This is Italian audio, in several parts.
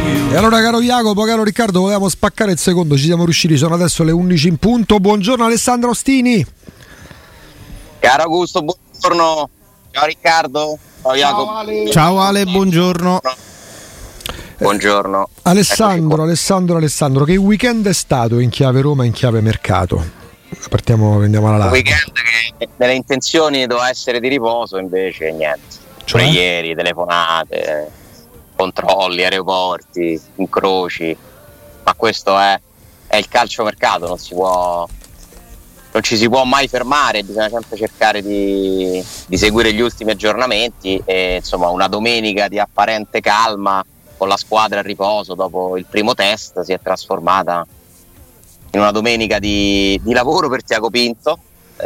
E allora, caro Jacopo, caro Riccardo, volevamo spaccare il secondo, ci siamo riusciti, sono adesso le 11 in punto. Buongiorno Alessandro Ostini. Caro Augusto, buongiorno. Ciao Riccardo. Ciao Jacopo. Ciao Ale, buongiorno. Buongiorno. Alessandro, che weekend è stato in chiave Roma e in chiave mercato? Prendiamo la larga. Un weekend che nelle intenzioni doveva essere di riposo, invece niente. Cioè ieri, telefonate, controlli, aeroporti, incroci, ma questo è il calciomercato, non ci si può mai fermare, bisogna sempre cercare di seguire gli ultimi aggiornamenti e insomma una domenica di apparente calma con la squadra a riposo dopo il primo test si è trasformata in una domenica di lavoro per Tiago Pinto,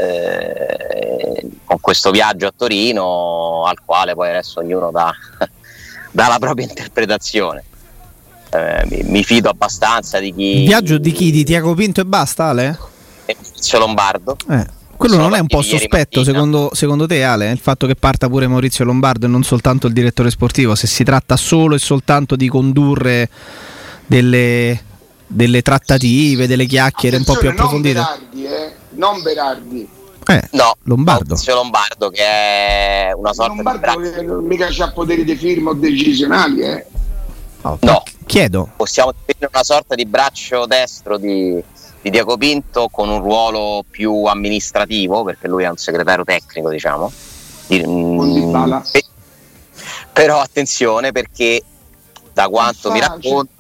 con questo viaggio a Torino al quale poi adesso ognuno dà la propria interpretazione. Mi fido abbastanza di chi. Il viaggio di chi? Di Tiago Pinto e basta, Ale? Maurizio Lombardo. Quello non è un po' sospetto secondo te, Ale? Il fatto che parta pure Maurizio Lombardo e non soltanto il direttore sportivo, se si tratta solo e soltanto di condurre delle trattative, delle chiacchiere un po' più approfondite. Non Berardi. No, Lombardo. Maurizio Lombardo, che è una sorta Lombardo di braccio. che non mica c'ha poteri di firma o decisionali, No, chiedo. Possiamo definire una sorta di braccio destro di Tiago Pinto con un ruolo più amministrativo, perché lui è un segretario tecnico, diciamo. Con Dybala. Però attenzione, perché da quanto mi racconti.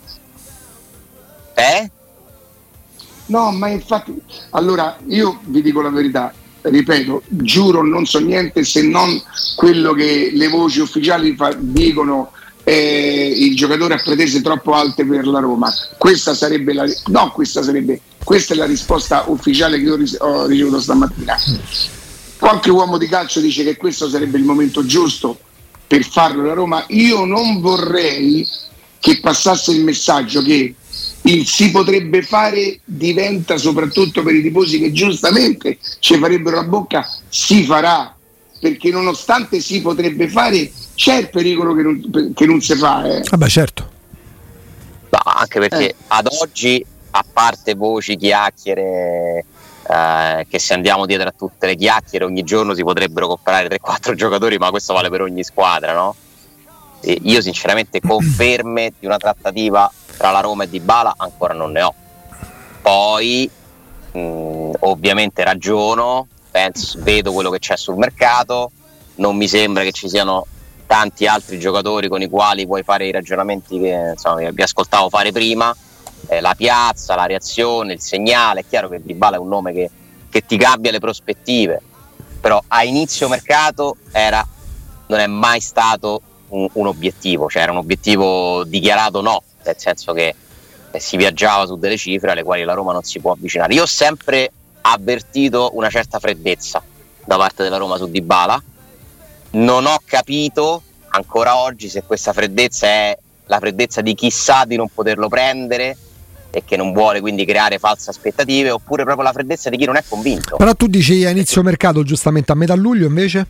No, ma infatti, allora io vi dico la verità, ripeto, giuro, non so niente se non quello che le voci ufficiali dicono. Il giocatore ha pretese troppo alte per la Roma. Questa è la risposta ufficiale che io ho ricevuto stamattina. Qualche uomo di calcio dice che questo sarebbe il momento giusto per farlo la Roma. Io non vorrei che passasse il messaggio che il si potrebbe fare diventa, soprattutto per i tifosi che giustamente ci farebbero la bocca, si farà, perché nonostante si potrebbe fare c'è il pericolo che non si fa. Vabbè, certo. No, anche perché ad oggi, a parte voci, chiacchiere, che se andiamo dietro a tutte le chiacchiere ogni giorno si potrebbero comprare 3-4 giocatori, ma questo vale per ogni squadra, no? E io sinceramente conferme di una trattativa tra la Roma e Dybala ancora non ne ho. Poi ovviamente ragiono, vedo quello che c'è sul mercato, non mi sembra che ci siano tanti altri giocatori con i quali puoi fare i ragionamenti che insomma vi ascoltavo fare prima, la piazza, la reazione, il segnale. È chiaro che Dybala è un nome che ti cambia le prospettive, però a inizio mercato non è mai stato un obiettivo, cioè era un obiettivo dichiarato no, nel senso che si viaggiava su delle cifre alle quali la Roma non si può avvicinare. Io ho sempre avvertito una certa freddezza da parte della Roma su Dybala. Non ho capito ancora oggi se questa freddezza è la freddezza di chi sa di non poterlo prendere e che non vuole quindi creare false aspettative, oppure proprio la freddezza di chi non è convinto. Però tu dici a inizio mercato, giustamente, a metà luglio invece?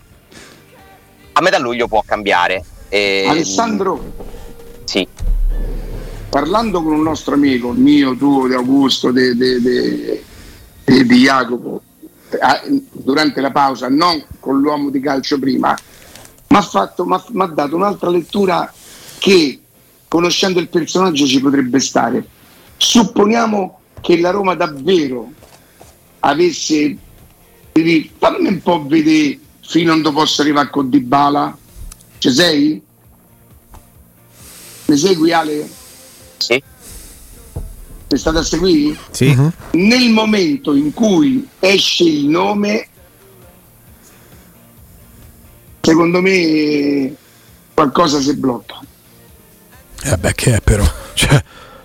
A metà luglio può cambiare. Alessandro? Sì. Parlando con un nostro amico, mio, tuo, di Augusto, di Jacopo, durante la pausa, non con l'uomo di calcio prima, mi ha dato un'altra lettura che, conoscendo il personaggio, ci potrebbe stare. Supponiamo che la Roma davvero avesse, fammi un po' vedere fino a dove posso arrivare con Dybala. Ci sei? Mi segui, Ale? Sì. Mi state a seguire? Sì. Uh-huh. Nel momento in cui esce il nome, secondo me qualcosa si blocca. Beh, che è però? Cioè,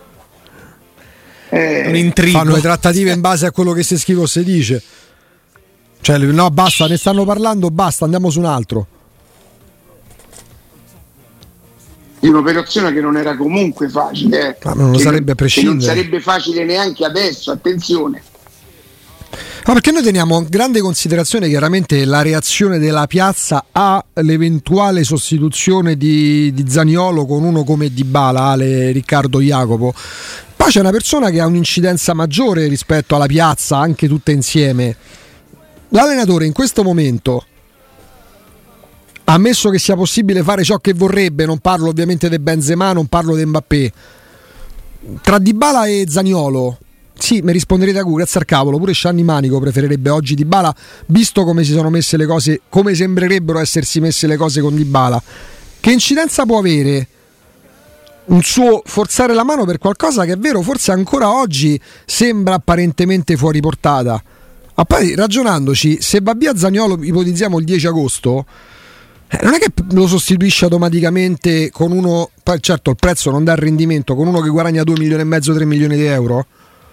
un intrigo. Fanno le trattative in base a quello che si scrive o si dice. Cioè, no, basta, ne stanno parlando, basta, andiamo su un altro. Di un'operazione che non era comunque facile, Ma non lo sarebbe a prescindere. Non sarebbe facile neanche adesso, attenzione. Ma perché noi teniamo in grande considerazione chiaramente la reazione della piazza all'eventuale sostituzione di Zaniolo con uno come Dybala, Riccardo Jacopo. Poi c'è una persona che ha un'incidenza maggiore rispetto alla piazza, anche tutte insieme. L'allenatore in questo momento, ammesso che sia possibile fare ciò che vorrebbe, non parlo ovviamente di Benzema, non parlo di Mbappé, tra Dybala e Zaniolo, sì, mi risponderete a grazie al cavolo, pure Scianni Manico preferirebbe oggi Dybala, visto come si sono messe le cose, come sembrerebbero essersi messe le cose con Dybala. Che incidenza può avere un suo forzare la mano per qualcosa che è vero, forse ancora oggi sembra apparentemente fuori portata? Ma poi ragionandoci, se va via Zaniolo, ipotizziamo il 10 agosto, non è che lo sostituisce automaticamente con uno, certo il prezzo non dà il rendimento, con uno che guadagna 2,5 milioni, 3 milioni di euro.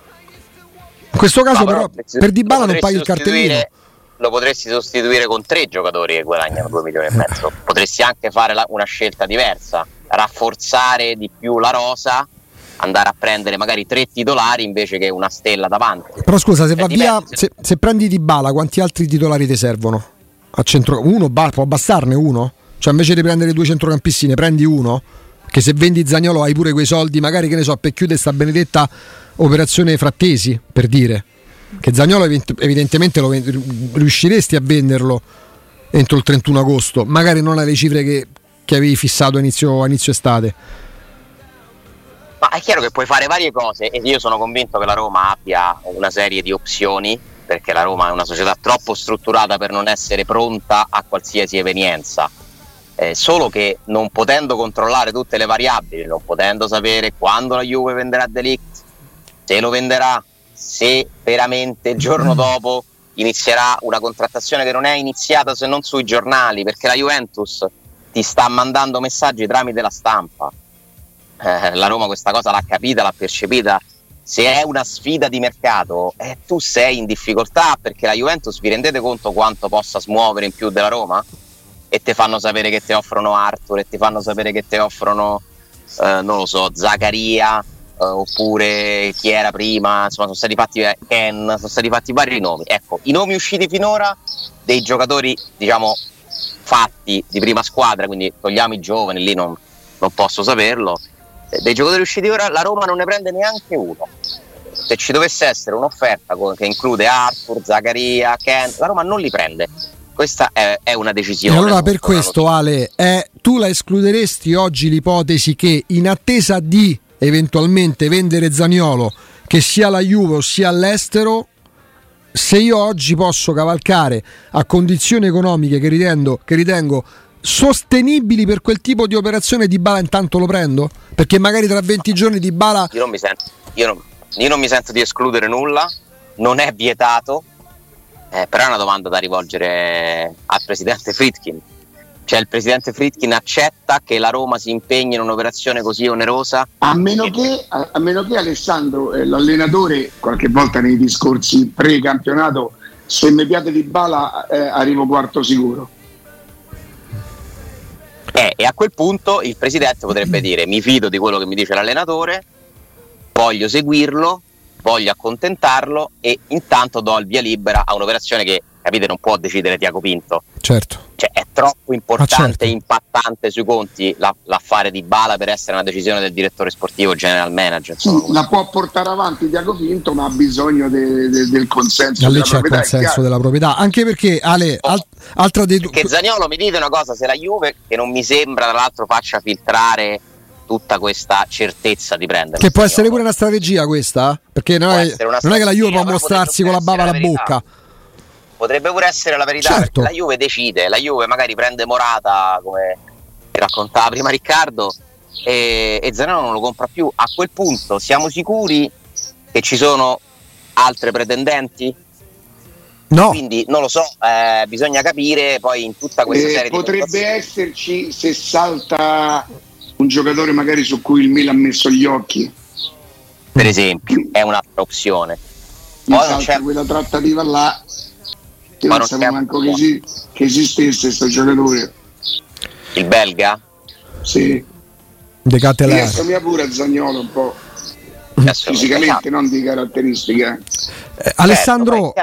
In questo caso però per Dybala non paghi il cartellino. Lo potresti sostituire con 3 giocatori che guadagnano 2,5 milioni. Potresti anche fare una scelta diversa, rafforzare di più la rosa, andare a prendere magari 3 titolari invece che una stella davanti. Però scusa, se va via, se prendi Dybala, quanti altri titolari ti servono? A centro, uno può bastarne uno? Cioè invece di prendere 2 centrocampisti ne prendi uno? Che se vendi Zaniolo hai pure quei soldi, magari, che ne so, per chiudere sta benedetta operazione Frattesi, per dire che Zaniolo evidentemente riusciresti a venderlo entro il 31 agosto, magari non alle cifre che avevi fissato a inizio estate. Ma è chiaro che puoi fare varie cose e io sono convinto che la Roma abbia una serie di opzioni, perché la Roma è una società troppo strutturata per non essere pronta a qualsiasi evenienza. Solo che non potendo controllare tutte le variabili, non potendo sapere quando la Juve venderà De Ligt, se lo venderà, se veramente il giorno dopo inizierà una contrattazione che non è iniziata se non sui giornali, perché la Juventus ti sta mandando messaggi tramite la stampa. La Roma questa cosa l'ha capita, l'ha percepita. Se è una sfida di mercato, tu sei in difficoltà, perché la Juventus, vi rendete conto quanto possa smuovere in più della Roma? E ti fanno sapere che ti offrono Arthur, e ti fanno sapere che ti offrono non lo so, Zaccaria, oppure chi era prima, insomma sono stati fatti Ken, sono stati fatti vari nomi. Ecco, i nomi usciti finora dei giocatori, diciamo, fatti di prima squadra, quindi togliamo i giovani, lì non posso saperlo. Dei giocatori usciti ora la Roma non ne prende neanche uno. Se ci dovesse essere un'offerta che include Arthur, Zaccaria, Ken, la Roma non li prende. Questa è una decisione. E allora per questo, Ale, tu la escluderesti oggi l'ipotesi che, in attesa di eventualmente vendere Zaniolo, che sia alla Juve o sia all'estero, se io oggi posso cavalcare a condizioni economiche che ritengo sostenibili per quel tipo di operazione, Dybala intanto lo prendo? Perché magari tra 20 giorni Dybala... Io non mi sento di escludere nulla, non è vietato, però è una domanda da rivolgere al presidente Friedkin. Cioè il presidente Friedkin accetta che la Roma si impegni in un'operazione così onerosa? A meno che Alessandro, l'allenatore, qualche volta nei discorsi pre-campionato, se mi piace Dybala arrivo quarto sicuro. E a quel punto il presidente potrebbe dire: mi fido di quello che mi dice l'allenatore, voglio seguirlo, voglio accontentarlo, e intanto do il via libera a un'operazione che, capite, non può decidere Tiago Pinto. Certo. Cioè è troppo importante, certo, e impattante sui conti l'affare di Dybala per essere una decisione del direttore sportivo, general manager. Sì, la può portare avanti Tiago Pinto, ma ha bisogno del consenso della proprietà. C'è il consenso della proprietà, anche perché Ale, altra perché Zaniolo, mi dite una cosa, se la Juve, che non mi sembra tra l'altro faccia filtrare tutta questa certezza di prendere, che può essere pure una strategia questa, perché non è che la Juve può mostrarsi con la bava alla bocca. Potrebbe pure essere la verità, certo, perché la Juve decide, la Juve magari prende Morata, come raccontava prima Riccardo, e Zaniolo non lo compra più. A quel punto siamo sicuri che ci sono altre pretendenti? No. Quindi non lo so, bisogna capire poi in tutta questa serie potrebbe esserci, se salta un giocatore magari su cui il Milan ha messo gli occhi, per esempio, è un'altra opzione. Poi non c'è quella trattativa là. Io non sapevo manco che esistesse questo giocatore. Il belga? Sì. Decatelare. Mia pure Zaniolo un po'. Fisicamente, non di caratteristiche. Alessandro,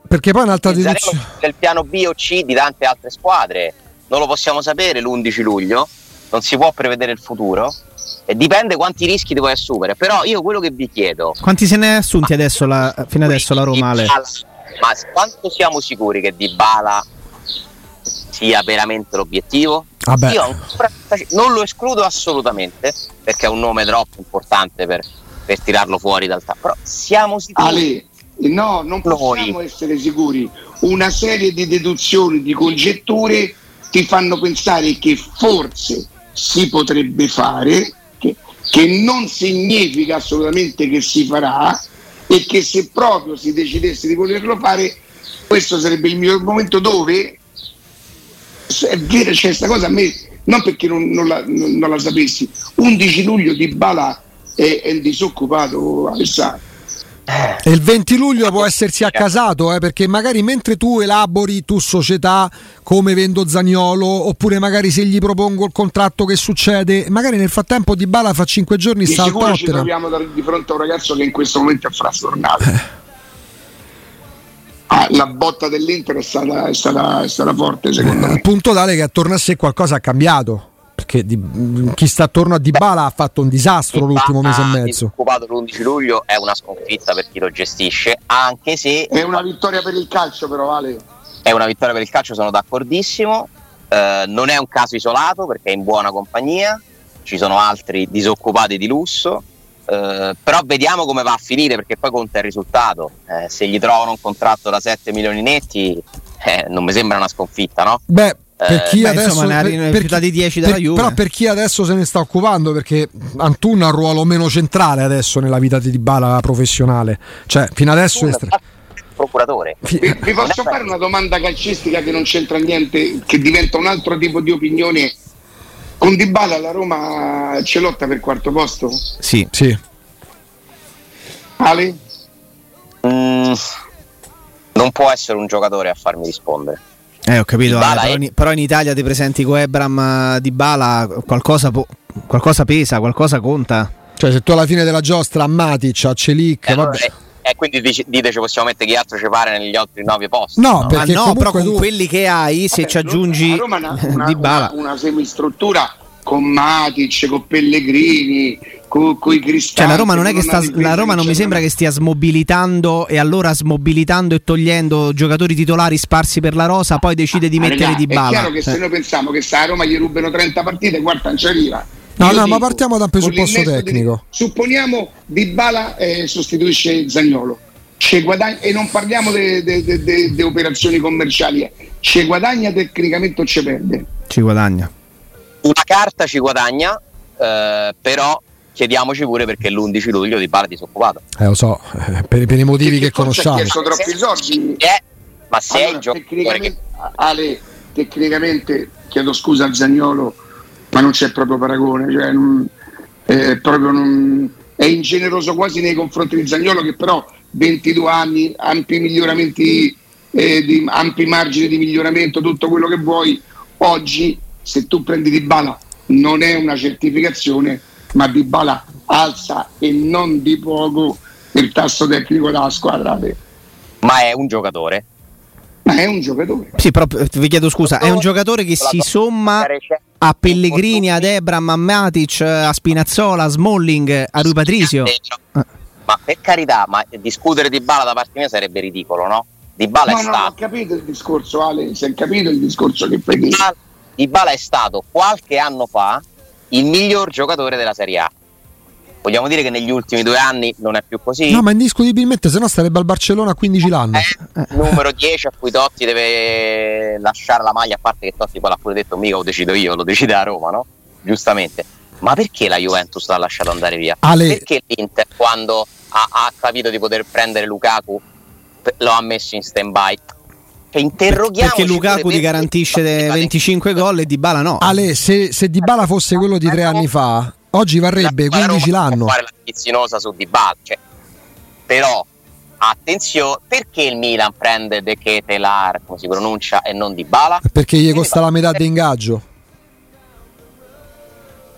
perché poi un'altra deduzione del piano B o C di tante altre squadre, non lo possiamo sapere l'11 luglio, non si può prevedere il futuro e dipende quanti rischi ti puoi assumere. Però io quello che vi chiedo, quanti se ne è assunti adesso fino adesso la Roma, Ale? Ma quanto siamo sicuri che Dybala sia veramente l'obiettivo? Io ancora non lo escludo assolutamente, perché è un nome troppo importante per tirarlo fuori dal tavolo. Però siamo sicuri? Ale, no, non possiamo essere sicuri. Una serie di deduzioni, di congetture ti fanno pensare che forse si potrebbe fare, che non significa assolutamente che si farà, e che se proprio si decidesse di volerlo fare, questo sarebbe il miglior momento dove è vero, c'è questa cosa, a me non perché non la sapessi, 11 luglio Dybala è disoccupato, Alessandro. E il 20 luglio può essersi accasato, perché magari mentre tu elabori tu società come vendo Zaniolo, oppure magari se gli propongo il contratto, che succede? Magari nel frattempo Dybala fa 5 giorni di sta al Tottenham. Ci troviamo di fronte a un ragazzo che in questo momento è frastornato. La botta dell'Inter è stata forte, secondo me. Al punto tale che attorno a sé qualcosa ha cambiato, perché chi sta attorno a Dybala ha fatto un disastro l'ultimo mese e mezzo. Occupato l'11 luglio è una sconfitta per chi lo gestisce, anche se è una vittoria per il calcio, però Ale. È una vittoria per il calcio, sono d'accordissimo. Non è un caso isolato, perché è in buona compagnia, ci sono altri disoccupati di lusso. Però vediamo come va a finire, perché poi conta il risultato. Se gli trovano un contratto da 7 milioni netti, non mi sembra una sconfitta, no? Beh, per chi adesso per di 10 dalla Juve. Però per chi adesso se ne sta occupando, perché Antun ha un ruolo meno centrale adesso nella vita di Dybala professionale, cioè fino adesso procuratore. Vi posso fare una domanda calcistica che non c'entra niente, che diventa un altro tipo di opinione? Con Dybala la Roma ce lotta per quarto posto? Sì. Ale? Non può essere un giocatore a farmi rispondere. Ho capito, però in Italia ti presenti con Ebram, Dybala, qualcosa pesa, qualcosa conta. Cioè se tu alla fine della giostra a Matic, a Celic, vabbè. E quindi dite ci possiamo mettere chi altro ci pare negli altri 9 posti? No, perché però con quelli che hai, se ci aggiungi Dybala, una semistruttura con Matic, con Pellegrini, con i Cristiani. Cioè la Roma non è che la Roma non mi sembra che stia smobilitando, e allora smobilitando e togliendo giocatori titolari sparsi per la rosa poi decide di mettere Dybala. È chiaro che se noi pensiamo che sta a Roma gli rubano 30 partite, guarda, non ci arriva. Ma partiamo da un presupposto tecnico. Supponiamo Dybala sostituisce Zaniolo, e non parliamo di operazioni commerciali, ci guadagna tecnicamente o ci perde? Ci guadagna. Una carta ci guadagna, però chiediamoci pure perché l'11 luglio Dybala è disoccupato. Lo so, per i motivi che conosciamo. Ha chiesto troppi soldi. Ma se allora, è il giocatore Ale, tecnicamente, chiedo scusa a Zaniolo, ma non c'è proprio paragone, cioè è ingeneroso quasi nei confronti di Zaniolo, che però 22 anni, ampi miglioramenti, ampi margini di miglioramento, tutto quello che vuoi. Oggi se tu prendi Dybala non è una certificazione, ma Dybala alza, e non di poco, il tasso tecnico della squadra. Ma è un giocatore. Sì, però vi chiedo scusa, è un giocatore che si somma a Pellegrini, ad Ebram, a Matic, a Spinazzola, a Smalling, a Rui Patricio. Ma per carità, ma discutere Dybala da parte mia sarebbe ridicolo, no? Dybala è stato. No, ho capito il discorso, Ale, si è capito il discorso che fai te. Dybala è stato qualche anno fa il miglior giocatore della Serie A. Vogliamo dire che negli ultimi 2 anni non è più così? No, ma indiscutibilmente, se no starebbe al Barcellona a 15 l'anno. Numero 10 a cui Totti deve lasciare la maglia, a parte che Totti poi l'ha pure detto, mica lo decido io, lo decide la Roma, no? Giustamente. Ma perché la Juventus l'ha lasciato andare via? Perché l'Inter, quando ha capito di poter prendere Lukaku, lo ha messo in stand-by? Interroghiamo, perché Lukaku ti garantisce 25 gol e Dybala no. Ale, se Dybala fosse quello di 3 anni fa, oggi varrebbe 15 l'anno. Fare la schizzinosa su Dybala, però attenzione, perché il Milan prende De Ketelaere, come si pronuncia, e non Dybala? Perché gli costa la metà di ingaggio.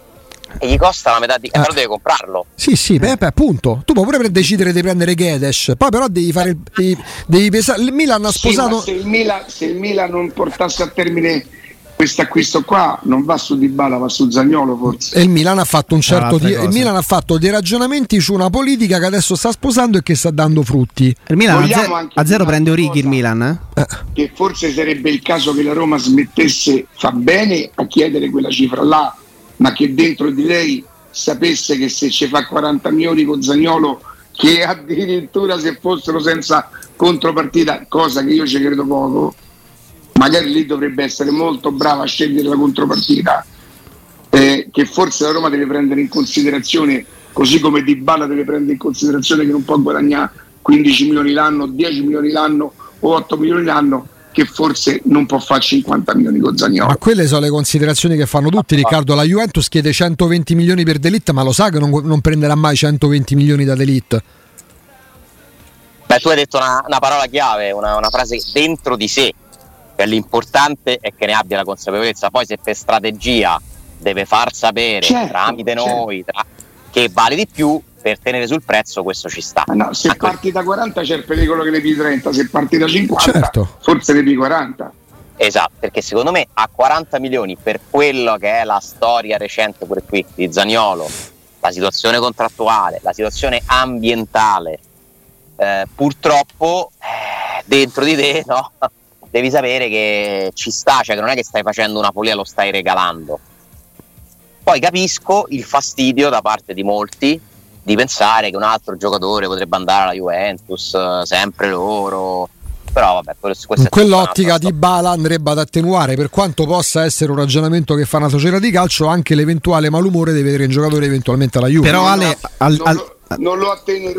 e gli costa la metà di però deve comprarlo. Sì, appunto. Tu puoi pure decidere di prendere Guedes, poi però devi fare devi pesare. Il Milan ha sposato. Se il Milan non portasse a termine questo acquisto qua, non va su Dybala, va su Zaniolo forse. E il Milan ha fatto il Milan ha fatto dei ragionamenti su una politica che adesso sta sposando e che sta dando frutti. Il Milan a zero prende Origi, il Milan, che forse sarebbe il caso che la Roma smettesse, fa bene a chiedere quella cifra là, ma che dentro di lei sapesse che se ci fa 40 milioni con Zaniolo, che addirittura se fossero senza contropartita, cosa che io ci credo poco, magari lì dovrebbe essere molto brava a scegliere la contropartita, che forse la Roma deve prendere in considerazione, così come Dybala deve prendere in considerazione che non può guadagnare 15 milioni l'anno, 10 milioni l'anno o 8 milioni l'anno, che forse non può fare 50 milioni con Zaniolo. Ma quelle sono le considerazioni che fanno tutti, Riccardo. La Juventus chiede 120 milioni per De Ligt, ma lo sa che non prenderà mai 120 milioni da De Ligt. Beh, tu hai detto una parola chiave, una frase dentro di sé. L'importante è che ne abbia la consapevolezza, poi se per strategia deve far sapere tramite noi che vale di più per tenere sul prezzo, questo ci sta. No, se parti da 40 c'è il pericolo che ne pigli 30, se parti da 50 forse ne pigli 40. Esatto, perché secondo me a 40 milioni per quello che è la storia recente pure qui di Zaniolo, la situazione contrattuale, la situazione ambientale, purtroppo dentro di te, no? Devi sapere che ci sta, cioè che non è che stai facendo una follia, lo stai regalando. Poi capisco il fastidio da parte di molti di pensare che un altro giocatore potrebbe andare alla Juventus, sempre loro, però vabbè, in quell'ottica Dybala andrebbe ad attenuare, per quanto possa essere un ragionamento che fa una società di calcio, anche l'eventuale malumore di vedere un giocatore eventualmente alla Juve. Però non lo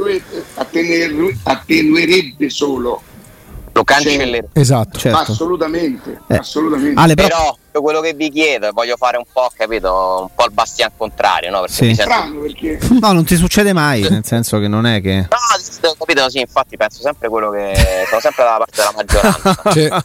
attenuerebbe solo, lo cancellerebbe. Esatto, certo. Assolutamente. Però quello che vi chiedo, voglio fare un po', capito, un po' il bastian contrario, no? Perché mi sento... perché... No, non ti succede mai, nel senso che non è che... No, capito, sì, infatti penso sempre quello che... sono sempre dalla parte della maggioranza.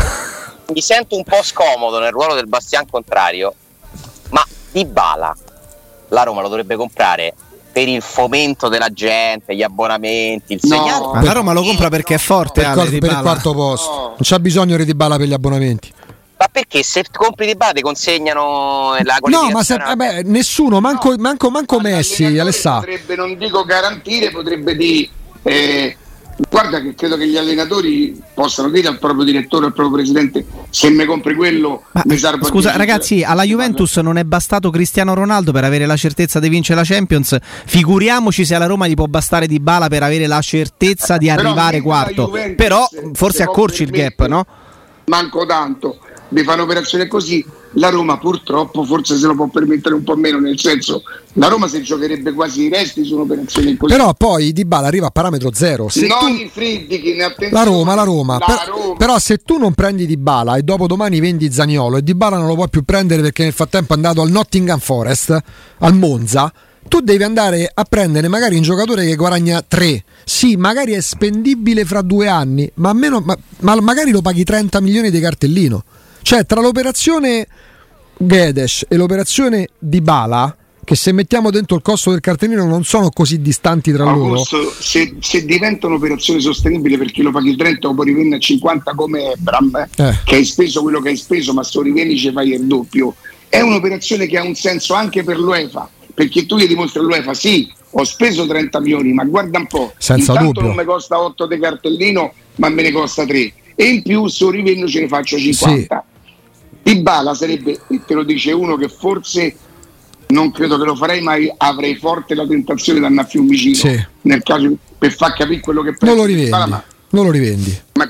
Mi sento un po' scomodo nel ruolo del bastian contrario, ma Dybala la Roma lo dovrebbe comprare per il fomento della gente, gli abbonamenti, il segnale. La Roma lo compra perché è forte, per il quarto posto. Non c'è bisogno di Dybala per gli abbonamenti. Ma perché se compri Dybala ti consegnano la qualificazione? No, ma nessuno, manco Messi, Alessà. Potrebbe, non dico garantire, potrebbe dire guarda che credo che gli allenatori possano dire al proprio direttore, al proprio presidente, se mi compri quello mi salvo. Scusa ragazzi, alla Juventus non è bastato Cristiano Ronaldo per avere la certezza di vincere la Champions, figuriamoci se alla Roma gli può bastare Dybala per avere la certezza di arrivare quarto. Però forse accorci il gap, no? Manco tanto di fare un'operazione così. La Roma purtroppo forse se lo può permettere un po' meno, nel senso, la Roma si giocherebbe quasi i resti su un'operazione così. Però poi Dybala arriva a parametro zero. I Friedkin, la Roma. Però se tu non prendi Dybala e dopo domani vendi Zaniolo e Dybala non lo puoi più prendere perché nel frattempo è andato al Nottingham Forest, al Monza, tu devi andare a prendere magari un giocatore che guadagna 3. Sì, magari è spendibile fra 2 anni, ma magari lo paghi 30 milioni di cartellino. Cioè, tra l'operazione Guedes e l'operazione Dybala, che se mettiamo dentro il costo del cartellino non sono così distanti tra loro. Se diventa un'operazione sostenibile perché lo paghi 30 o poi rivende a 50 come Ebram, che hai speso quello che hai speso, ma se lo rivendi ci fai il doppio, è un'operazione che ha un senso anche per l'UEFA, perché tu gli dimostri all'UEFA, sì, ho speso 30 milioni, ma guarda un po', senza intanto dubbio non mi costa 8 di cartellino, ma me ne costa 3, e in più se lo rivendo ce ne faccio 50. Sì. Dybala sarebbe, e te lo dice uno che forse non credo che lo farei mai, avrei forte la tentazione di andare a Fiumicino, nel caso, per far capire quello che prende. Non lo rivendi. Ma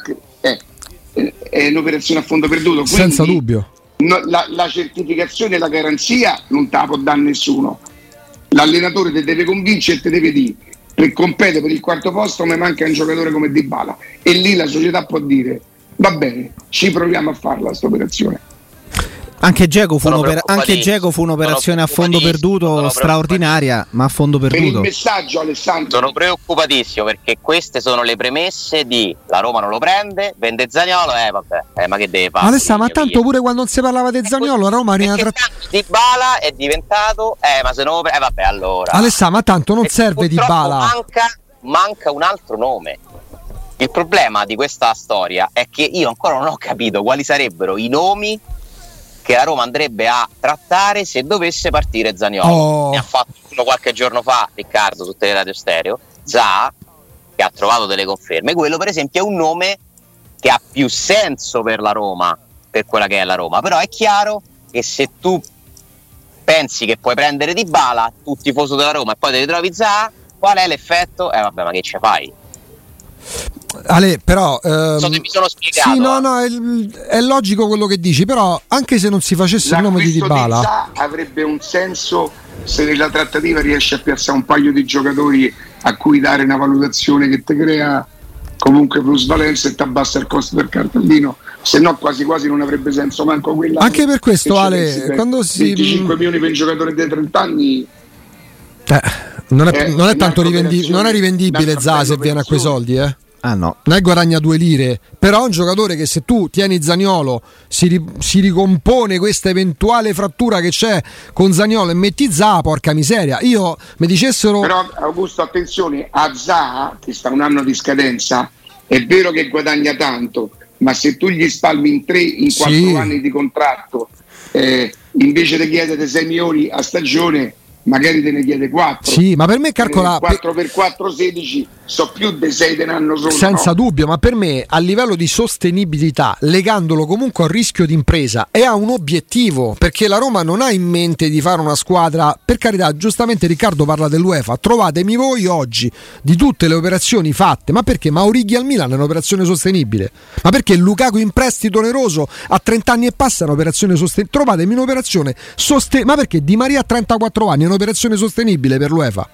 è un'operazione a fondo perduto. Quindi, senza dubbio. La certificazione e la garanzia non te la può dare nessuno. L'allenatore ti deve convincere e ti deve dire: per competere per il quarto posto mi manca un giocatore come Dybala, e lì la società può dire: va bene, ci proviamo a farla sta operazione. Anche Dzeko fu un'operazione a fondo perduto straordinaria, ma a fondo perduto. Per il messaggio, Alessandro. Sono preoccupatissimo perché queste sono le premesse di la Roma non lo prende, vende Zaniolo, ma che deve fare? Alessandro, ma tanto pure quando non si parlava di Zaniolo, la Roma era Dybala è diventato ma se non allora. Alessandro, ma tanto non serve Dybala. Manca un altro nome. Il problema di questa storia è che io ancora non ho capito quali sarebbero i nomi che la Roma andrebbe a trattare se dovesse partire Zaniolo. Ne ha fatto uno qualche giorno fa Riccardo su Teleradio Stereo, Zaha, che ha trovato delle conferme. Quello per esempio è un nome che ha più senso per la Roma, per quella che è la Roma, però è chiaro che se tu pensi che puoi prendere Dybala, tu tifoso della Roma, e poi te ne trovi Zaha, qual è l'effetto? Ma che ce fai? Ale, però mi sono spiegato. Sì, no, è logico quello che dici, però anche se non si facesse il nome di Dybala, avrebbe un senso se nella trattativa riesce a piazzare un paio di giocatori a cui dare una valutazione che ti crea comunque plusvalenza e ti abbassa il costo del cartellino, se no quasi quasi non avrebbe senso manco quella. Anche per questo, Ale, quando 25 milioni per un giocatore di 30 anni non è tanto rivendibile Zaha se viene a quei soldi, no. Non è guadagna 2 lire, però è un giocatore che se tu tieni Zaniolo si ricompone questa eventuale frattura che c'è con Zaniolo e metti Zaha, porca miseria. Io mi dicessero. Però Augusto, attenzione, a Zaha che sta un anno di scadenza, è vero che guadagna tanto, ma se tu gli spalmi in 4 anni di contratto, invece di chiedere 6 milioni a stagione, magari te ne chiede 4. Sì, ma per me calcola 4 per 4 16 so più dei 6 te ne hanno solo. Senza dubbio, ma per me a livello di sostenibilità, legandolo comunque a un rischio di impresa e a un obiettivo, perché la Roma non ha in mente di fare una squadra, per carità, giustamente Riccardo parla dell'UEFA, trovatemi voi oggi di tutte le operazioni fatte, ma perché Maurighi al Milan è un'operazione sostenibile? Ma perché Lukaku in prestito oneroso a 30 anni e passa è un'operazione sostenibile? Trovatemi un'operazione ma perché Di Maria a 34 anni è un'operazione sostenibile per l'UEFA?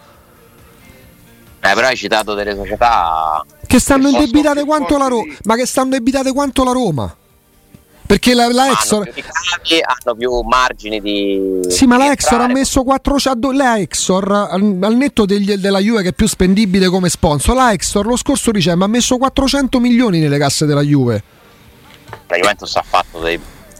Però hai citato delle società che stanno indebitate quanto la Roma, ma che stanno indebitate quanto la Roma. Perché la Exor hanno più margini di. Sì, ma la Exor ha messo 400. La Exor al netto della Juve che è più spendibile come sponsor, la Exor lo scorso dicembre ha messo 400 milioni nelle casse della Juve. La Juventus ha fatto dei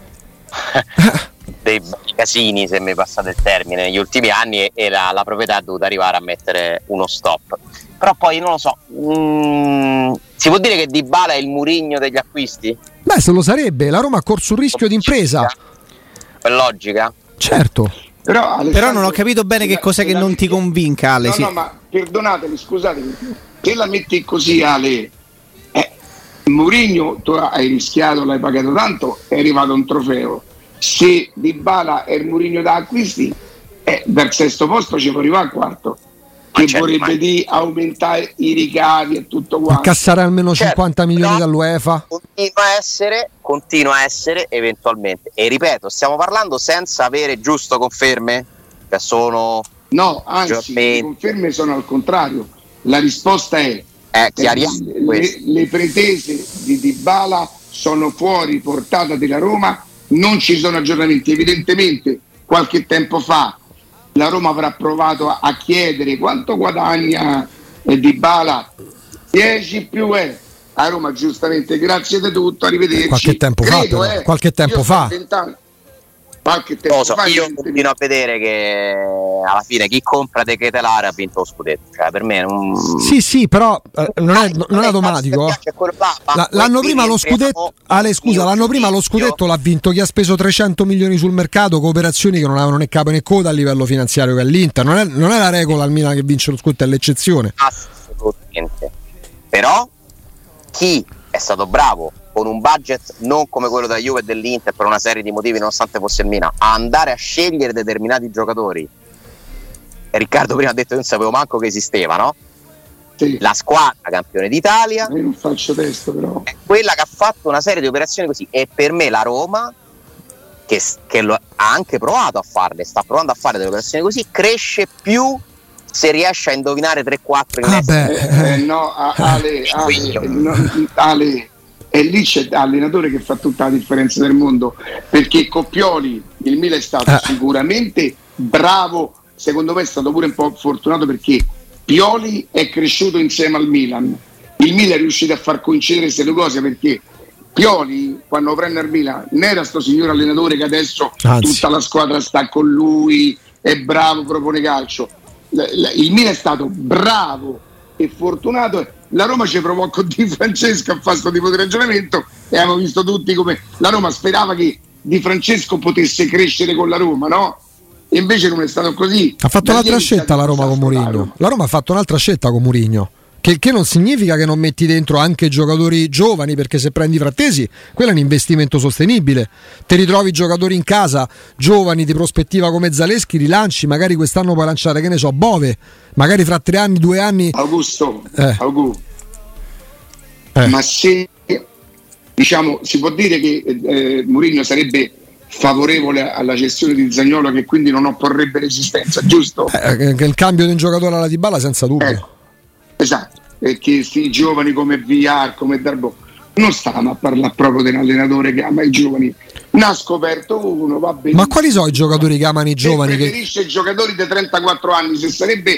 casini, se mi passate il termine, negli ultimi anni e la proprietà è dovuta arrivare a mettere uno stop. Però poi non lo so, si può dire che Dybala è il Mourinho degli acquisti? Beh, se lo sarebbe, la Roma ha corso un rischio di impresa. Per logica? Certo. Però non ho capito bene che cos'è che non ti convinca, Ale. No, ma perdonatemi, scusatemi, se la metti così, Ale, Mourinho tu hai rischiato, l'hai pagato tanto, è arrivato un trofeo. Se Dybala è il Mourinho da acquisti, dal sesto posto ci può arrivare al quarto, che vorrebbe di aumentare i ricavi e tutto quanto, incassare almeno 50 milioni dall'UEFA. Continua a essere eventualmente, e ripeto, stiamo parlando senza avere giusto conferme che sono anzi le conferme sono al contrario, la risposta è le pretese di Dybala sono fuori portata della Roma. Non ci sono aggiornamenti, evidentemente qualche tempo fa la Roma avrà provato a chiedere quanto guadagna Dybala, 10 più a Roma giustamente grazie di tutto, arrivederci. Qualche tempo fa. Io continuo a vedere che alla fine chi compra De Ketelare ha vinto lo scudetto, cioè per me sì, però non è automatico. L'anno prima lo scudetto, Ale, scusa, l'anno prima lo scudetto l'ha vinto chi ha speso 300 milioni sul mercato con operazioni che non avevano né capo né coda a livello finanziario, che è l'Inter. Non è la regola al Milan che vince lo scudetto, è l'eccezione. Assolutamente. Però chi è stato bravo con un budget non come quello della Juve e dell'Inter per una serie di motivi, nonostante fosse il Milan, a andare a scegliere determinati giocatori. E Riccardo prima ha detto che non sapevo manco che esisteva, no? Sì. La squadra campione d'Italia, io non faccio testo, però è quella che ha fatto una serie di operazioni così, e per me la Roma che ha anche provato a farle, sta provando a fare delle operazioni così, cresce più se riesce a indovinare 3-4 in Ale, e lì c'è l'allenatore che fa tutta la differenza del mondo, perché con Pioli il Milan è stato sicuramente bravo, secondo me è stato pure un po' fortunato perché Pioli è cresciuto insieme al Milan, il Milan è riuscito a far coincidere queste due cose, perché Pioli quando prende il Milan non era sto signor allenatore che adesso tutta la squadra sta con lui, è bravo, propone calcio. Il Milan è stato bravo e fortunato. La Roma ci provò con Di Francesco a fare questo tipo di ragionamento e abbiamo visto tutti come la Roma sperava che Di Francesco potesse crescere con la Roma, no? E invece non è stato così. Ha fatto un'altra scelta la Roma con Mourinho. La Roma ha fatto un'altra scelta con Mourinho. Che non significa che non metti dentro anche giocatori giovani, perché se prendi Frattesi quello è un investimento sostenibile, te ritrovi giocatori in casa giovani di prospettiva come Zaleschi, rilanci, magari quest'anno puoi lanciare, che ne so, Bove, magari fra 3 anni, 2 anni. Augusto. Ma se diciamo si può dire che Mourinho sarebbe favorevole alla gestione di Zaniolo, che quindi non opporrebbe resistenza, giusto? Il cambio di un giocatore alla Dybala senza dubbio. Esatto, perché questi giovani come Villar, come Darbo, non stavamo a parlare proprio di un allenatore che ama i giovani. Ne ha scoperto uno, va bene. Ma quali sono i giocatori che amano i giovani? Preferisce i giocatori di 34 anni, se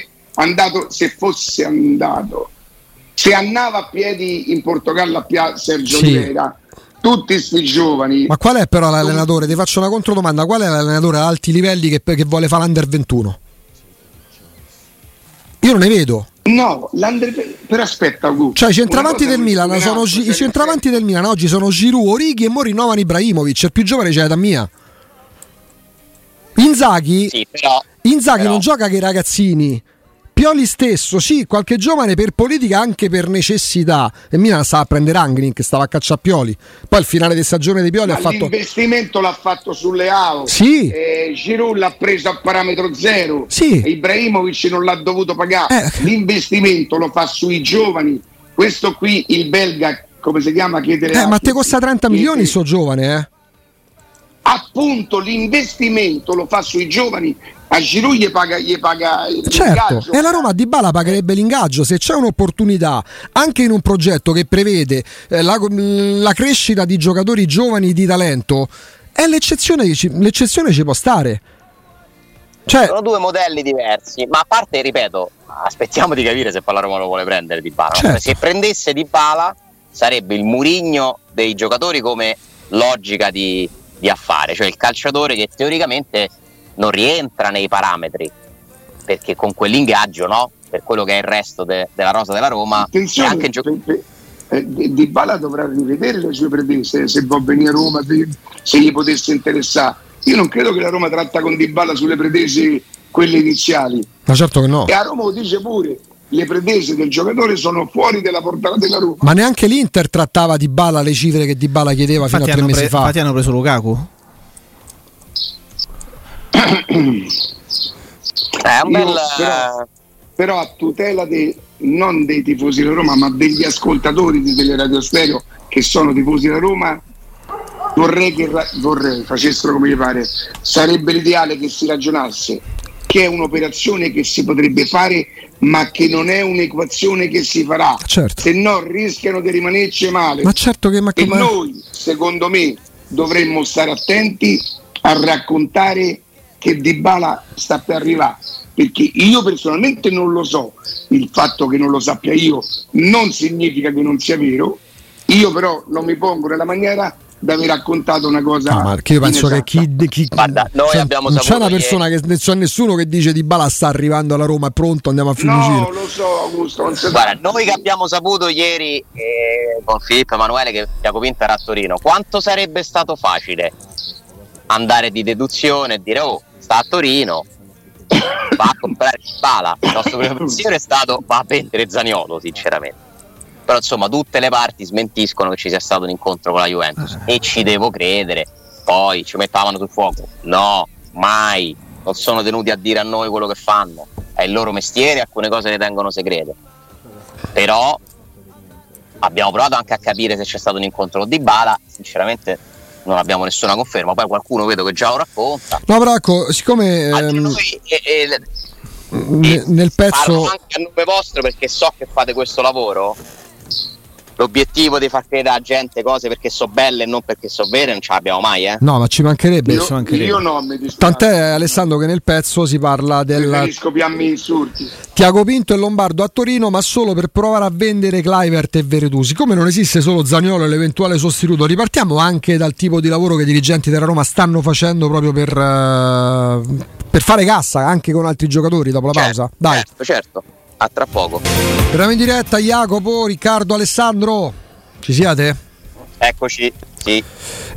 andava a piedi in Portogallo a Sergio Oliveira, tutti sti giovani. Ma qual è però l'allenatore? Ti faccio una controdomanda, qual è l'allenatore a alti livelli che vuole fare l'Under 21? Io non ne vedo. No, però aspetta, Augusto. Cioè i centravanti del Milan oggi sono Giroud, Origi e mo rinnovano Ibrahimovic, il più giovane c'è da mia. Inzaghi non gioca che i ragazzini. Pioli stesso, sì, qualche giovane per politica, anche per necessità. E Milan stava a prendere Rangnick, stava a cacciare Pioli. Poi al finale di stagione di Pioli ha fatto l'investimento, l'ha fatto sulle AO. Sì. Giroud l'ha preso a parametro zero. Sì. Ibrahimovic non l'ha dovuto pagare. L'investimento lo fa sui giovani. Questo qui, il belga, come si chiama? Ma te costa 30 milioni sto giovane, Appunto, l'investimento lo fa sui giovani. A Giroud gli paga certo, e la Roma a Dybala pagherebbe l'ingaggio. Se c'è un'opportunità anche in un progetto che prevede la crescita di giocatori giovani di talento, è l'eccezione ci può stare. Cioè, sono due modelli diversi, ma a parte, ripeto, aspettiamo di capire se poi la Roma lo vuole prendere Dybala. Certo. Se prendesse Dybala sarebbe il Mourinho dei giocatori come logica di affare, cioè il calciatore che teoricamente non rientra nei parametri, perché con quell'ingaggio, no? Per quello che è il resto della rosa della Roma, attenzione, anche Dybala dovrà rivedere le sue pretese se va a venire a Roma, se gli potesse interessare. Io non credo che la Roma tratta con Dybala sulle pretese quelle iniziali. Ma certo che no. E a Roma lo dice pure, le pretese del giocatore sono fuori dalla portata della Roma. Ma neanche l'Inter trattava Dybala le cifre che Dybala chiedeva fino a 3 mesi fa. Infatti hanno preso Lukaku. Però a tutela non dei tifosi della Roma, ma degli ascoltatori di Teleradio Stereo che sono tifosi della Roma, vorrei facessero come gli pare. Sarebbe l'ideale che si ragionasse che è un'operazione che si potrebbe fare, ma che non è un'equazione che si farà, certo. Se no rischiano di rimanerci male. Ma certo che e noi, secondo me, dovremmo stare attenti a raccontare che Dybala sta per arrivare, perché io personalmente non lo so. Il fatto che non lo sappia io non significa che non sia vero. Io però non mi pongo nella maniera di aver raccontato una cosa. No, ma io penso inesatta. che guarda, noi abbiamo non saputo c'è una persona che non c'è nessuno che dice Dybala sta arrivando alla Roma, è pronto, andiamo a Fiumicino. No, lo so, Augusto, non si guarda, noi che abbiamo saputo ieri con Filippo Emanuele che Jacopinto era a Torino, quanto sarebbe stato facile andare di deduzione e dire sta a Torino, va a comprare Dybala. Il nostro primo pensiero è stato va a vendere Zaniolo, sinceramente. Però insomma tutte le parti smentiscono che ci sia stato un incontro con la Juventus e ci devo credere. Poi ci mettavano sul fuoco? No, mai. Non sono tenuti a dire a noi quello che fanno, è il loro mestiere, alcune cose le tengono segrete. Però abbiamo provato anche a capire se c'è stato un incontro con Dybala, sinceramente non abbiamo nessuna conferma. Poi qualcuno vedo che già lo racconta. No, però ecco, siccome noi nel pezzo parlo anche a nome vostro, perché so che fate questo lavoro, l'obiettivo di far credere a gente cose perché so belle e non perché so vere non ce l'abbiamo mai, No, ma ci mancherebbe. Io no, mi dispiace. Tant'è, Alessandro, che nel pezzo si parla del Preferisco piammi insulti. Tiago Pinto e Lombardo a Torino, ma solo per provare a vendere Kluivert e Veretout. Siccome non esiste solo Zaniolo e l'eventuale sostituto, ripartiamo anche dal tipo di lavoro che i dirigenti della Roma stanno facendo proprio per fare cassa anche con altri giocatori dopo la pausa. Dai. Certo. A tra poco. Torniamo in diretta, Jacopo, Riccardo, Alessandro. Ci siete? Eccoci, sì.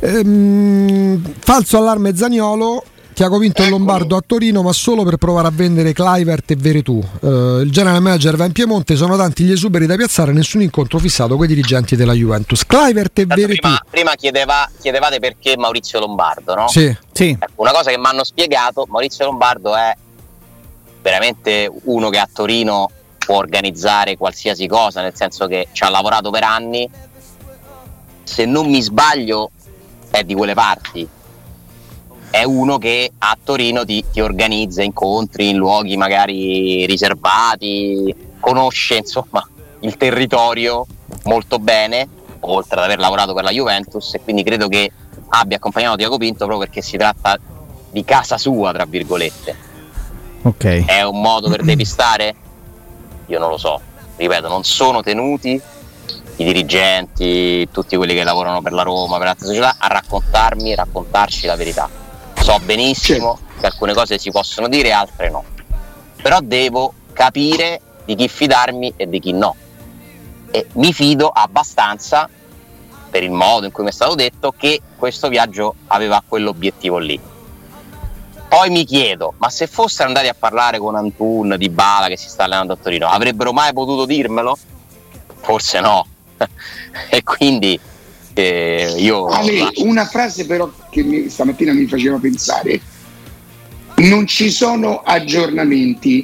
Falso allarme Zaniolo, Tiago Pinto e Lombardo a Torino, ma solo per provare a vendere Kluivert e Veretout. Il general manager va in Piemonte, sono tanti gli esuberi da piazzare, nessun incontro fissato con i dirigenti della Juventus. Kluivert e Veretout. Prima chiedevate perché Maurizio Lombardo, no? Sì. Una cosa che mi hanno spiegato, Maurizio Lombardo è veramente uno che a Torino può organizzare qualsiasi cosa, nel senso che ci ha lavorato per anni, se non mi sbaglio è di quelle parti, è uno che a Torino ti organizza incontri in luoghi magari riservati, conosce insomma il territorio molto bene, oltre ad aver lavorato per la Juventus, e quindi credo che abbia accompagnato Tiago Pinto proprio perché si tratta di casa sua, tra virgolette. Okay. È un modo per depistare? Io non lo so, ripeto, non sono tenuti i dirigenti, tutti quelli che lavorano per la Roma, per altre società, a raccontarci la verità. So benissimo che alcune cose si possono dire e altre no, però devo capire di chi fidarmi e di chi no, e mi fido abbastanza, per il modo in cui mi è stato detto, che questo viaggio aveva quell'obiettivo lì. Poi mi chiedo, ma se fossero andati a parlare con Antun, Dybala che si sta allenando a Torino, avrebbero mai potuto dirmelo? Forse no. E quindi io... una frase però che stamattina mi faceva pensare: non ci sono aggiornamenti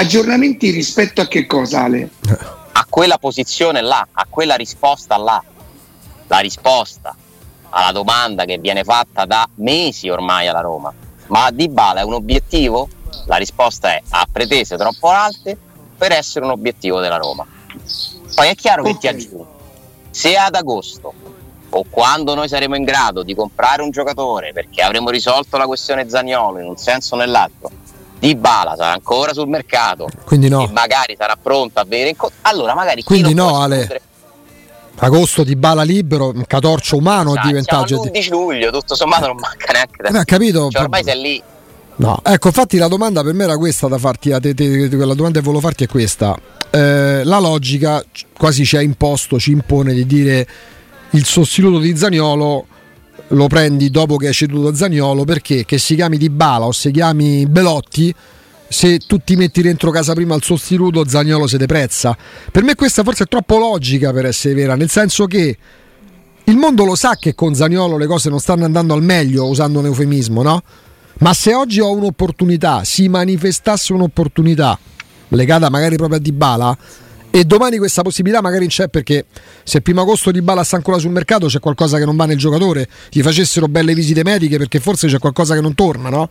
rispetto a che cosa, Ale? A quella posizione là, a quella risposta là, la risposta alla domanda che viene fatta da mesi ormai alla Roma. Ma Dybala è un obiettivo? La risposta è: ha pretese troppo alte per essere un obiettivo della Roma. Poi è chiaro che ti aggiungo, se ad agosto o quando noi saremo in grado di comprare un giocatore perché avremo risolto la questione Zaniolo in un senso o nell'altro, Dybala sarà ancora sul mercato, quindi no, e magari sarà pronto a venire allora magari quindi no, Ale. Agosto Dybala libero, un catorcio umano è diventato. Siamo l'11 luglio, tutto sommato non manca neanche tempo. Capito? Cioè, ormai sei lì. No, ecco, infatti la domanda per me era questa da farti, la domanda che volevo farti è questa. La logica quasi ci impone di dire il sostituto di Zaniolo lo prendi dopo che hai ceduto Zaniolo, perché che si chiami Dybala o si chiami Belotti, se tu ti metti dentro casa prima il sostituto, Zaniolo se deprezza. Per me questa forse è troppo logica per essere vera, nel senso che il mondo lo sa che con Zaniolo le cose non stanno andando al meglio, usando un eufemismo, no? Ma se oggi ho un'opportunità, si manifestasse un'opportunità legata magari proprio a Dybala, e domani questa possibilità magari c'è, perché se il 1 agosto Dybala sta ancora sul mercato c'è qualcosa che non va nel giocatore, gli facessero belle visite mediche perché forse c'è qualcosa che non torna, no?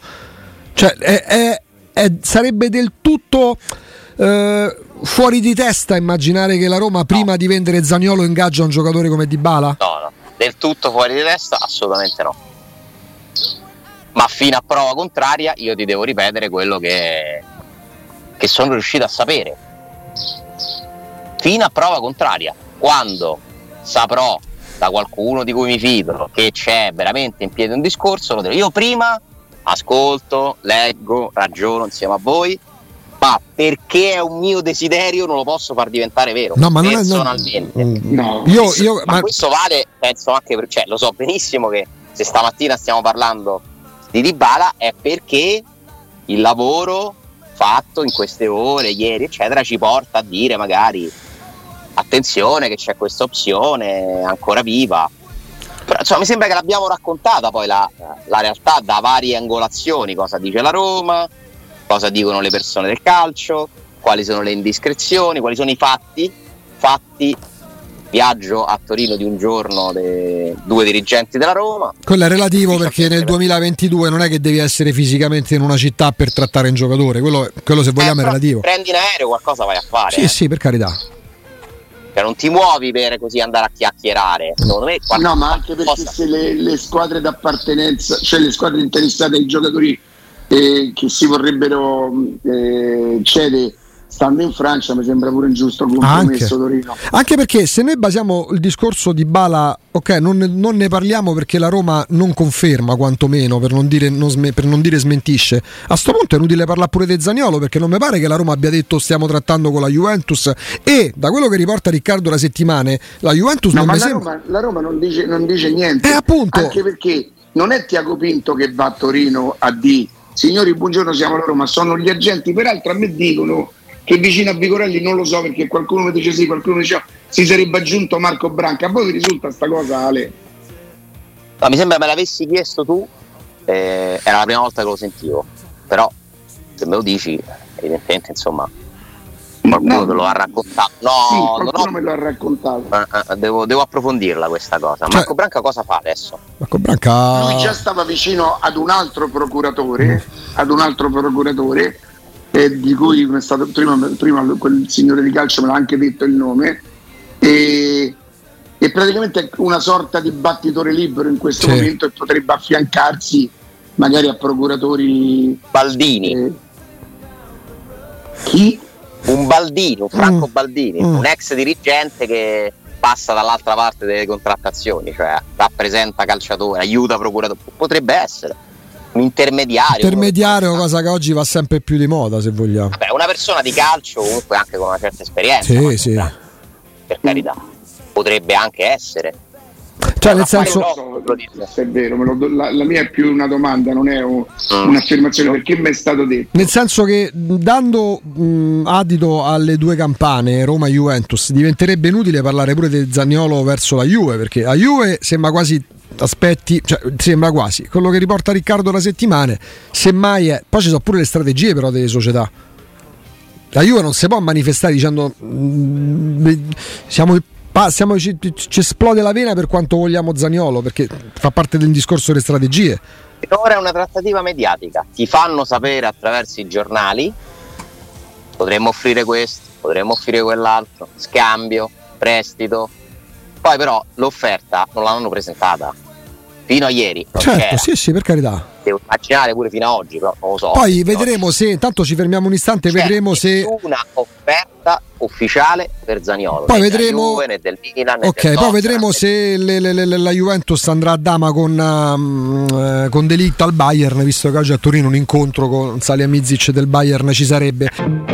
Cioè sarebbe del tutto fuori di testa immaginare che la Roma prima di vendere Zaniolo ingaggia un giocatore come Dybala? No, del tutto fuori di testa assolutamente no, ma fino a prova contraria io ti devo ripetere quello che sono riuscito a sapere. Fino a prova contraria, quando saprò da qualcuno di cui mi fido che c'è veramente in piedi un discorso, lo dirò. Io prima ascolto, leggo, ragiono insieme a voi, ma perché è un mio desiderio non lo posso far diventare vero. No, ma personalmente no. Ma questo vale, penso anche per, cioè, lo so benissimo che se stamattina stiamo parlando di Dybala è perché il lavoro fatto in queste ore, ieri eccetera, ci porta a dire magari attenzione che c'è questa opzione ancora viva. Però, insomma, mi sembra che l'abbiamo raccontata poi la realtà da varie angolazioni, cosa dice la Roma, cosa dicono le persone del calcio, quali sono le indiscrezioni, quali sono i fatti. Viaggio a Torino di un giorno dei due dirigenti della Roma. Quello è relativo, perché nel 2022 non è che devi essere fisicamente in una città per trattare un giocatore, quello se vogliamo è relativo. Prendi in aereo, qualcosa vai a fare. Sì, per carità. Cioè non ti muovi per così andare a chiacchierare, secondo me. No, ma anche perché se le squadre d'appartenenza, cioè le squadre interessate ai giocatori che si vorrebbero cedere stando in Francia, mi sembra pure ingiusto il compromesso Torino. Anche perché se noi basiamo il discorso di Bala, ok, non ne parliamo perché la Roma non conferma, quantomeno, per non dire smentisce. A sto punto è inutile parlare pure di Zaniolo, perché non mi pare che la Roma abbia detto stiamo trattando con la Juventus, e da quello che riporta Riccardo La Settimane, la Juventus non mi sembra. La Roma non dice niente. Appunto. Anche perché non è Tiago Pinto che va a Torino a dire signori buongiorno siamo la Roma, sono gli agenti. Peraltro a me dicono che vicino a Vigorelli, non lo so perché qualcuno mi dice sì, qualcuno mi dice si sarebbe aggiunto Marco Branca. A voi vi risulta sta cosa, Ale? No, mi sembra me l'avessi chiesto tu, era la prima volta che lo sentivo, però se me lo dici evidentemente insomma qualcuno te lo ha raccontato. No, sì, qualcuno me lo ha raccontato. Devo approfondirla questa cosa. Cioè, Marco Branca cosa fa adesso? Marco Branca lui già stava vicino ad un altro procuratore, di cui è stato prima quel signore di calcio me l'ha anche detto il nome, e praticamente è una sorta di battitore libero in questo momento, e potrebbe affiancarsi magari a procuratori Baldini. Chi? Un Baldini, un Franco Baldini, un ex dirigente che passa dall'altra parte delle contrattazioni, cioè rappresenta calciatori, aiuta procuratori, potrebbe essere un intermediario, cosa che oggi va sempre più di moda, se vogliamo. Vabbè, una persona di calcio comunque anche con una certa esperienza, sì. Per carità, potrebbe anche essere. Cioè, nel senso, è vero, la mia è più una domanda, non è un'affermazione, perché mi è stato detto. Nel senso che dando adito alle due campane Roma e Juventus diventerebbe inutile parlare pure di Zaniolo verso la Juve, perché la Juve sembra quasi sembra quasi quello che riporta Riccardo La Settimane, semmai è. Poi ci sono pure le strategie però delle società. La Juve non si può manifestare dicendo ci esplode la vena per quanto vogliamo Zaniolo, perché fa parte del discorso delle strategie. Ora è una trattativa mediatica, ti fanno sapere attraverso i giornali potremmo offrire questo, potremmo offrire quell'altro, scambio, prestito, poi però l'offerta non l'hanno presentata fino a ieri. Certo, sì, per carità. Devo immaginare pure fino a oggi, però non lo so. Poi vedremo se, tanto ci fermiamo un istante, vedremo se una offerta ufficiale per Zaniolo. Poi vedremo Juve, né del Milan, ok, poi vedremo se la Juventus andrà a dama con De Ligt al Bayern, visto che oggi a Torino un incontro con Salihamidzic del Bayern ci sarebbe.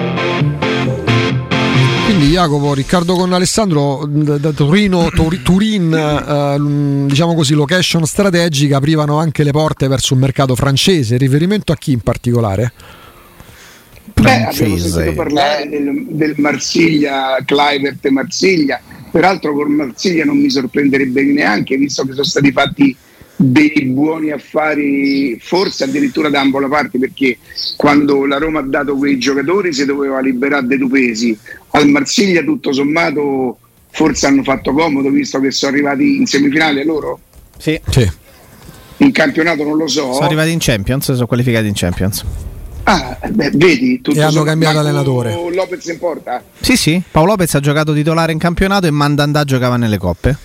Quindi Jacopo, Riccardo con Alessandro da Turin, diciamo così, location strategica, aprivano anche le porte verso un mercato francese. Riferimento a chi in particolare? Abbiamo sentito parlare del Marsiglia, Kluivert e Marsiglia. Peraltro con Marsiglia non mi sorprenderebbe neanche, visto che sono stati fatti dei buoni affari, forse addirittura da ambo le parti, perché quando la Roma ha dato quei giocatori si doveva liberare dei Dupesi. Al Marsiglia tutto sommato forse hanno fatto comodo, visto che sono arrivati in semifinale loro? Sì. In campionato non lo so. Sono arrivati in Champions, sono qualificati in Champions. Vedi, tutto e hanno cambiato allenatore. Lopez in porta? Sì, Paolo Lopez ha giocato titolare in campionato e Mandandà giocava nelle coppe.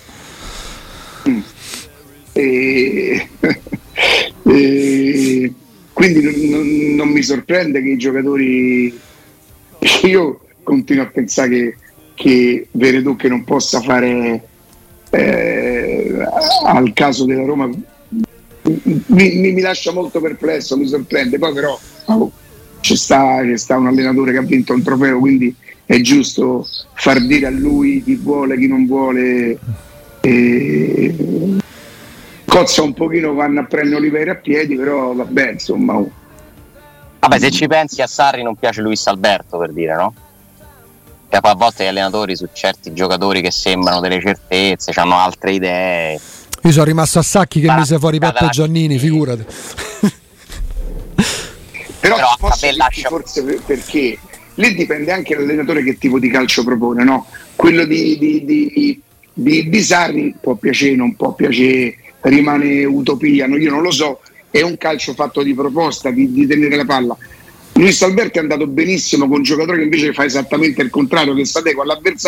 Quindi non mi sorprende che i giocatori, io continuo a pensare che Veretout che non possa fare al caso della Roma mi lascia molto perplesso, mi sorprende. Poi però c'è sta un allenatore che ha vinto un trofeo, quindi è giusto far dire a lui chi vuole, chi non vuole. Cozza un pochino, vanno a prendere Oliveira a piedi, però vabbè, insomma. Vabbè, se ci pensi, a Sarri non piace Luis Alberto, per dire, no? Che poi a volte gli allenatori su certi giocatori che sembrano delle certezze, hanno altre idee. Io sono rimasto a Sacchi che mise fuori Peppe Giannini, figurati. Però posso dirti forse perché lì dipende anche dall'allenatore che tipo di calcio propone, no? Quello di Sarri può piacere, non può piacere, rimane utopia, io non lo so, è un calcio fatto di proposta, di tenere la palla. Luis Alberto è andato benissimo con un giocatore che invece fa esattamente il contrario, che sta con l'avversario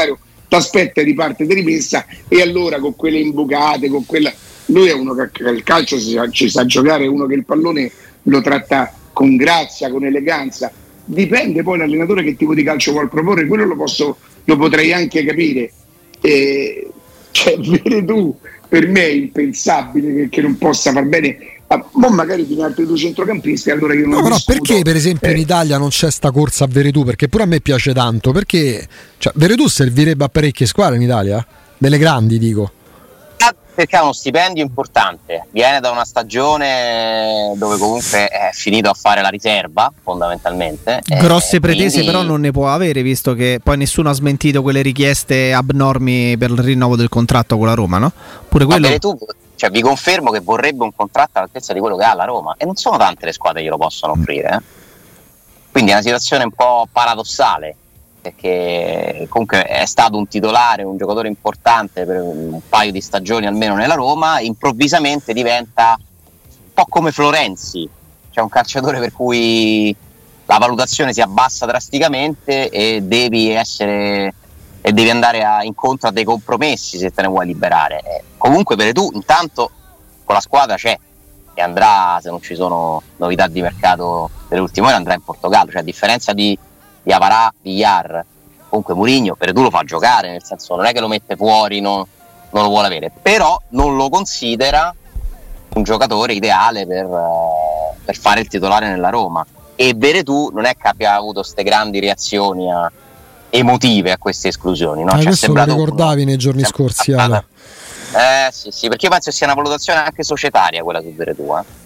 t'aspetta di parte di rimessa, e allora con quelle imbucate, con quella, lui è uno che il calcio ci sa giocare, è uno che il pallone lo tratta con grazia, con eleganza. Dipende poi l'allenatore che tipo di calcio vuol proporre, quello lo potrei anche capire. Cioè, Veretù per me è impensabile che non possa far bene. Ma magari fino altri due centrocampisti, allora io non però discuto. Perché per esempio in Italia non c'è sta corsa a Veretù? Perché pure a me piace tanto, perché Veretù servirebbe a parecchie squadre in Italia, delle grandi dico. Perché ha uno stipendio importante, viene da una stagione dove comunque è finito a fare la riserva fondamentalmente. Grosse pretese quindi... però non ne può avere, visto che poi nessuno ha smentito quelle richieste abnormi per il rinnovo del contratto con la Roma, no? Pure quello... tu, vi confermo che vorrebbe un contratto all'altezza di quello che ha la Roma, e non sono tante le squadre che glielo possono offrire, Quindi è una situazione un po' paradossale, perché comunque è stato un titolare, un giocatore importante per un paio di stagioni almeno nella Roma, improvvisamente diventa un po' come Florenzi, cioè un calciatore per cui la valutazione si abbassa drasticamente e devi andare incontro a dei compromessi se te ne vuoi liberare. Comunque Veretù intanto con la squadra c'è, e andrà, se non ci sono novità di mercato dell'ultimo anno, andrà in Portogallo, cioè a differenza di Avarà, Villar, comunque Mourinho Veretù lo fa giocare, nel senso non è che lo mette fuori, non lo vuole avere, però non lo considera un giocatore ideale per fare il titolare nella Roma. E Veretù non è che abbia avuto queste grandi reazioni emotive a queste esclusioni, no? Questo lo ricordavi nei giorni scorsi, Ale. Sì, perché io penso sia una valutazione anche societaria quella su Veretù,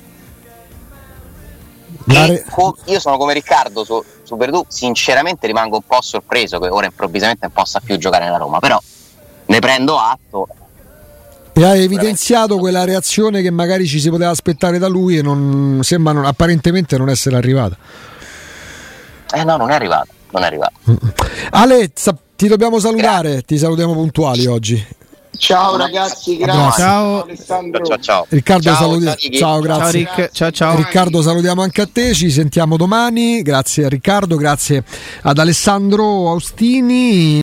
Io sono come Riccardo su Veretù, sinceramente rimango un po' sorpreso che ora improvvisamente non possa più giocare nella Roma, però ne prendo atto. E hai evidenziato quella reazione che magari ci si poteva aspettare da lui e non sembra apparentemente non essere arrivata. No, non è arrivata. Ale, ti dobbiamo salutare, ti salutiamo puntuali oggi. Ciao ragazzi, grazie. Ciao Alessandro. Ciao. Riccardo, ciao, ciao, grazie. Ciao Rick, ciao. Riccardo, salutiamo anche a te, ci sentiamo domani. Grazie a Riccardo, grazie ad Alessandro Austini.